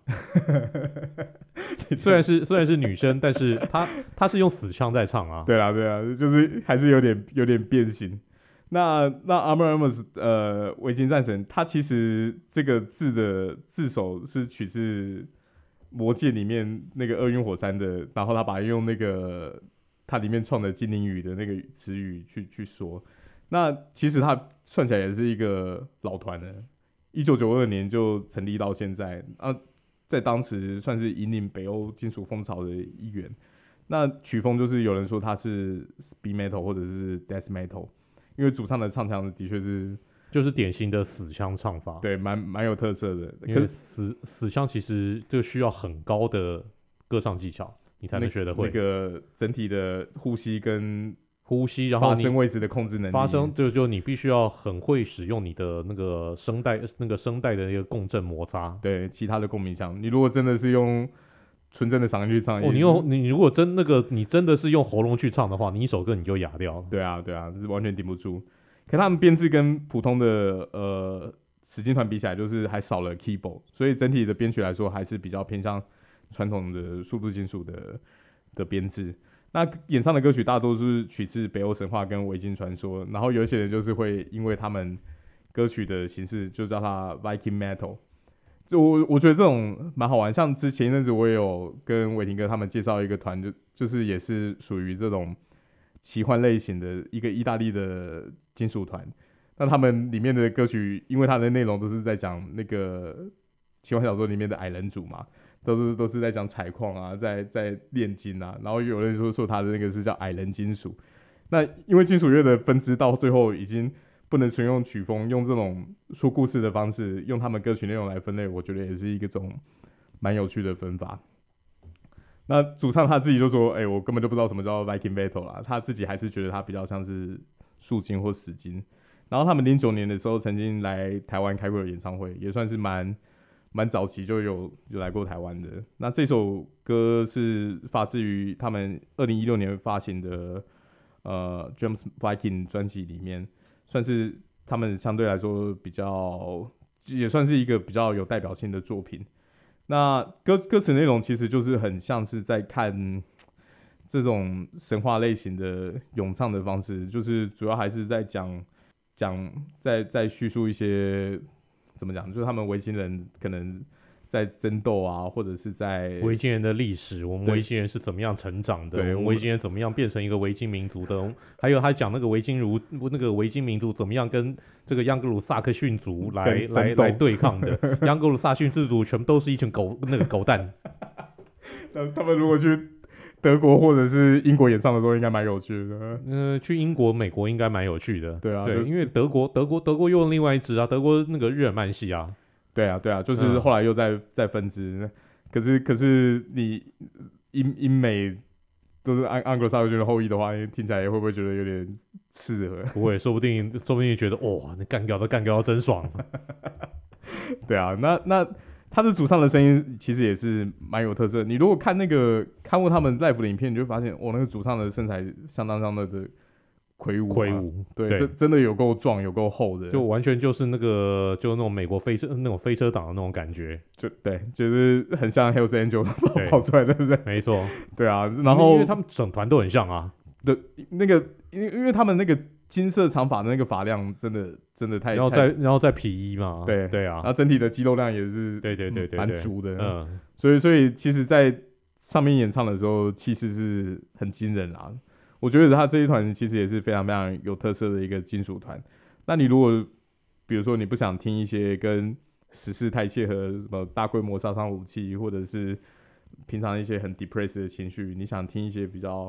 虽然是虽然是女生，但是他他是用死腔在唱啊。 对啊，对啊，就是还是有点有点变形。那那 Armor Amos 呃维京战神，他其实这个字的字首是取自魔戒里面那个厄运火山的，然后他把用那个它里面创的精灵语的那个词语去去说。那其实他算起来也是一个老团了，一九九二年就成立到现在啊，在当时算是引领北欧金属风潮的一员。那曲风就是有人说他是 speed metal 或者是 death metal， 因为主唱的唱腔的确是就是典型的死腔唱法， 对，蛮蛮有特色的。 因为死死腔其实就需要很高的歌唱技巧，你才能学得会。 那个整体的呼吸跟呼吸，然后发声位置的控制能力， 发声就就你必须要很会使用你的那个声带那个声带的那个共振摩擦， 对其他的共鸣腔。你如果真的是用纯正的嗓音去唱， 哦，你用你如果真那个你真的是用喉咙去唱的话，你一首歌你就哑掉了。 对啊，对啊，是完全顶不住。可他们编制跟普通的呃死金团比起来，就是还少了 keyboard， 所以整体的编曲来说还是比较偏向传统的速度金属的的编制。那演唱的歌曲大多是取自北欧神话跟维京传说，然后有一些人就是会因为他们歌曲的形式就叫它 Viking Metal。就我我觉得这种蛮好玩，像之前一阵子我也有跟伟霆哥他们介绍一个团，就就是也是属于这种奇幻类型的一个意大利的金属团。那他们里面的歌曲，因为它的内容都是在讲那个奇幻小说里面的矮人族嘛。都是都是在讲采矿啊，在在炼金啊，然后有人说说他的那个是叫矮人金属。那因为金属乐的分支到最后已经不能纯用曲风，用这种说故事的方式，用他们歌曲内容来分类，我觉得也是一个种蛮有趣的分法。那主唱他自己就说：“哎、欸，我根本就不知道什么叫 Viking Metal 啦。”他自己还是觉得他比较像是树金或死金。然后他们零九年的时候曾经来台湾开过演唱会，也算是蛮。蛮早期就有有来过台湾的。那这首歌是发自于他们二零一六年发行的呃 James Viking 专辑里面，算是他们相对来说比较也算是一个比较有代表性的作品。那歌歌词内容其实就是很像是在看这种神话类型的咏唱的方式，就是主要还是在讲讲在在叙述一些。怎么讲？就是他们维京人可能在争斗啊，或者是在维京人的历史，我们维京人是怎么样成长的？我们维京人怎么样变成一个维京民族的？还有他讲那个维京族，那个维京民族怎么样跟这个央格鲁萨克逊族来来来对抗的？央格鲁萨克逊族全部都是一群狗那个狗蛋。 那他们如果去德国或者是英国演唱的时候，应该蛮有趣的。 呃，去英国、美国应该蛮有趣的。 对啊， 对，因为德国、德国、德国又用另外一支啊，德国那个日耳曼系啊。 对啊，对啊，就是后来又再、嗯、再分支。可是可是你英英美都是安安格鲁萨克逊的后裔的话，听起来会不会觉得有点刺耳？ 不会，说不定说不定觉得哇，那干掉的干掉真爽。 对啊，那那。他的主唱的声音其实也是蛮有特色。你如果看那个看过他们 live 的影片，你就会发现，哦，那个主唱的身材相当相当的魁梧、啊， 魁梧， 对，对真真的有够壮，有够厚的， 就完全就是那个就那种美国飞车那种飞车党的那种感觉， 就对，就是很像 Hells Angel 跑出来的，对不对？ 没错， 对啊，然后因为他们整团都很像啊， 对，那个因为因为他们那个。金色长发的那个发量真的真的太， 然后再然后再皮衣嘛， 对对啊， 然后整体的肌肉量也是对对对对蛮足的， 嗯， 所以所以其实，在上面演唱的时候，气势是很惊人啊。我觉得他这一团其实也是非常非常有特色的一个金属团。那你如果比如说你不想听一些跟时事太切合，什么大规模杀伤武器，或者是平常一些很 depressed 的情绪，你想听一些比较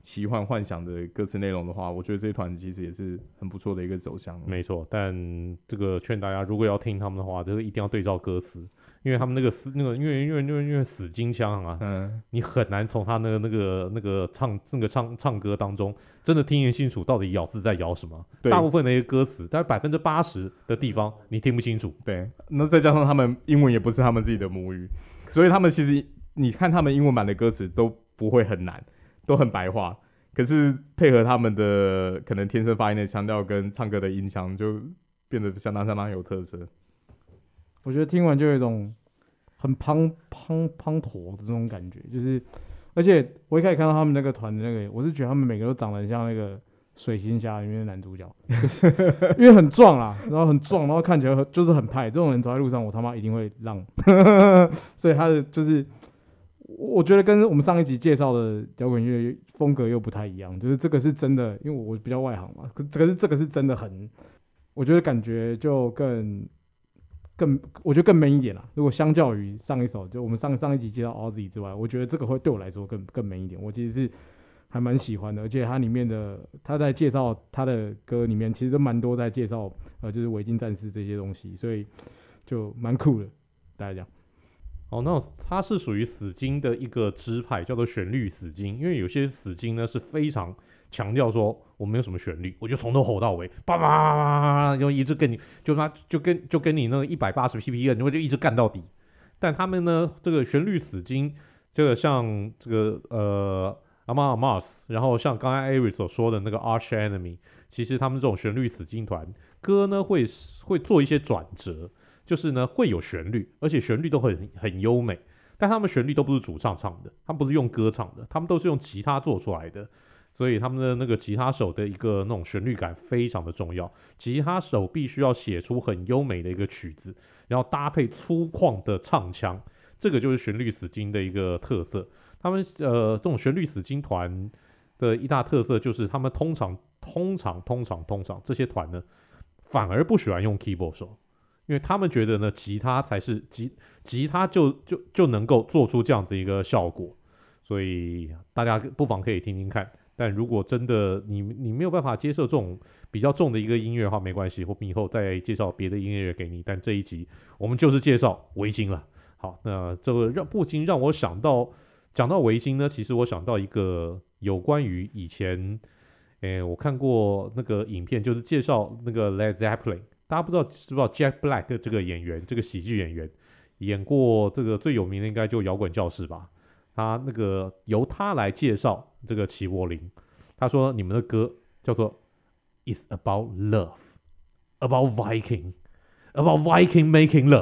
奇幻幻想的歌词内容的话，我觉得这一团其实也是很不错的一个走向。 没错，但这个劝大家如果要听他们的话，这个一定要对照歌词。因为他们那个死那个，因为因为因为因为死金枪啊，嗯，你很难从他那个那个那个唱那个唱唱歌当中，真的听得清楚到底咬字在咬什么。大部分的一些歌词，大概百分之八十的地方你听不清楚。 对，那再加上他们英文也不是他们自己的母语，所以他们其实你看他们英文版的歌词都不会很难，都很白话。可是配合他们的可能天生发音的腔调跟唱歌的音腔，就变得相当相当有特色。 我觉得听完就有一种很滂滂滂沱的这种感觉，就是而且我一开始看到他们那个团的那个，我是觉得他们每个都长得很像那个水行侠里面的男主角，因为很壮啦，然后很壮，然后看起来就是很派，这种人走在路上我他妈一定会让，所以他的就是我觉得跟我们上一集介绍的摇滚乐风格又不太一样，就是这个是真的，因为我比较外行嘛，可是这个是真的很，我觉得感觉就更。更我觉得更 man 一点啦。如果相较于上一首，就我们上上一集介绍 Ozzy 之外，我觉得这个会对我来说更更 man 一点。我其实是还蛮喜欢的，而且它里面的他在介绍他的歌里面，其实都蛮多在介绍呃就是维京战士这些东西，所以就蛮酷的。大家讲。 哦，那它是属于死金的一个支派，叫做旋律死金。因为有些死金呢是非常强调说我没有什么旋律，我就从头吼到尾，叭叭叭叭叭，就一直跟你，就他就跟就跟你那个一百八十 P P M， 我就一直干到底。但他们呢，这个旋律死金，这个像这个呃 Amon Amarth， 然后像刚才 Eric 所说的那个 Arch Enemy， 其实他们这种旋律死金团歌呢会会做一些转折。就是呢，会有旋律，而且旋律都很很优美，但他们旋律都不是主唱唱的，他们不是用歌唱的，他们都是用吉他做出来的，所以他们的那个吉他手的一个那种旋律感非常的重要。吉他手必须要写出很优美的一个曲子，然后搭配粗犷的唱腔，这个就是旋律死金的一个特色。他们呃这种旋律死金团的一大特色就是他们通常通常通常通常这些团呢，反而不喜欢用 keyboard 手。因为他们觉得呢，吉他才是吉吉他就就就能够做出这样子一个效果，所以大家不妨可以听听看。但如果真的你你没有办法接受这种比较重的一个音乐的话，没关系，我们以后再介绍别的音乐给你。但这一集我们就是介绍维京了。好，那这个让不禁让我想到，讲到维京呢，其实我想到一个有关于以前，诶，我看过那个影片，就是介绍那个 Led Zeppelin。大家不知道知不知道 Jack Black 这个演员，这个喜剧演员演过这个最有名的应该就摇滚教室吧。他那个由他来介绍这个齐柏林，他说你们的歌叫做 It's about love, about Viking, about Viking making love 。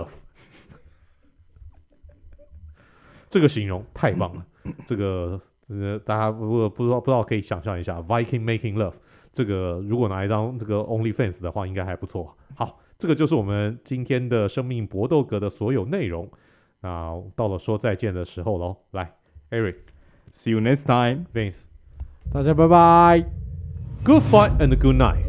这个形容太棒了，这个呃大家如果不知道不知道可以想象一下 Viking making love。这个如果拿来当这个 OnlyFans 的话，应该还不错。好，这个就是我们今天的生命搏斗格的所有内容。那到了说再见的时候喽，来 ，Eric，See you next time， Vince， 大家拜拜 ，Good fight and good night。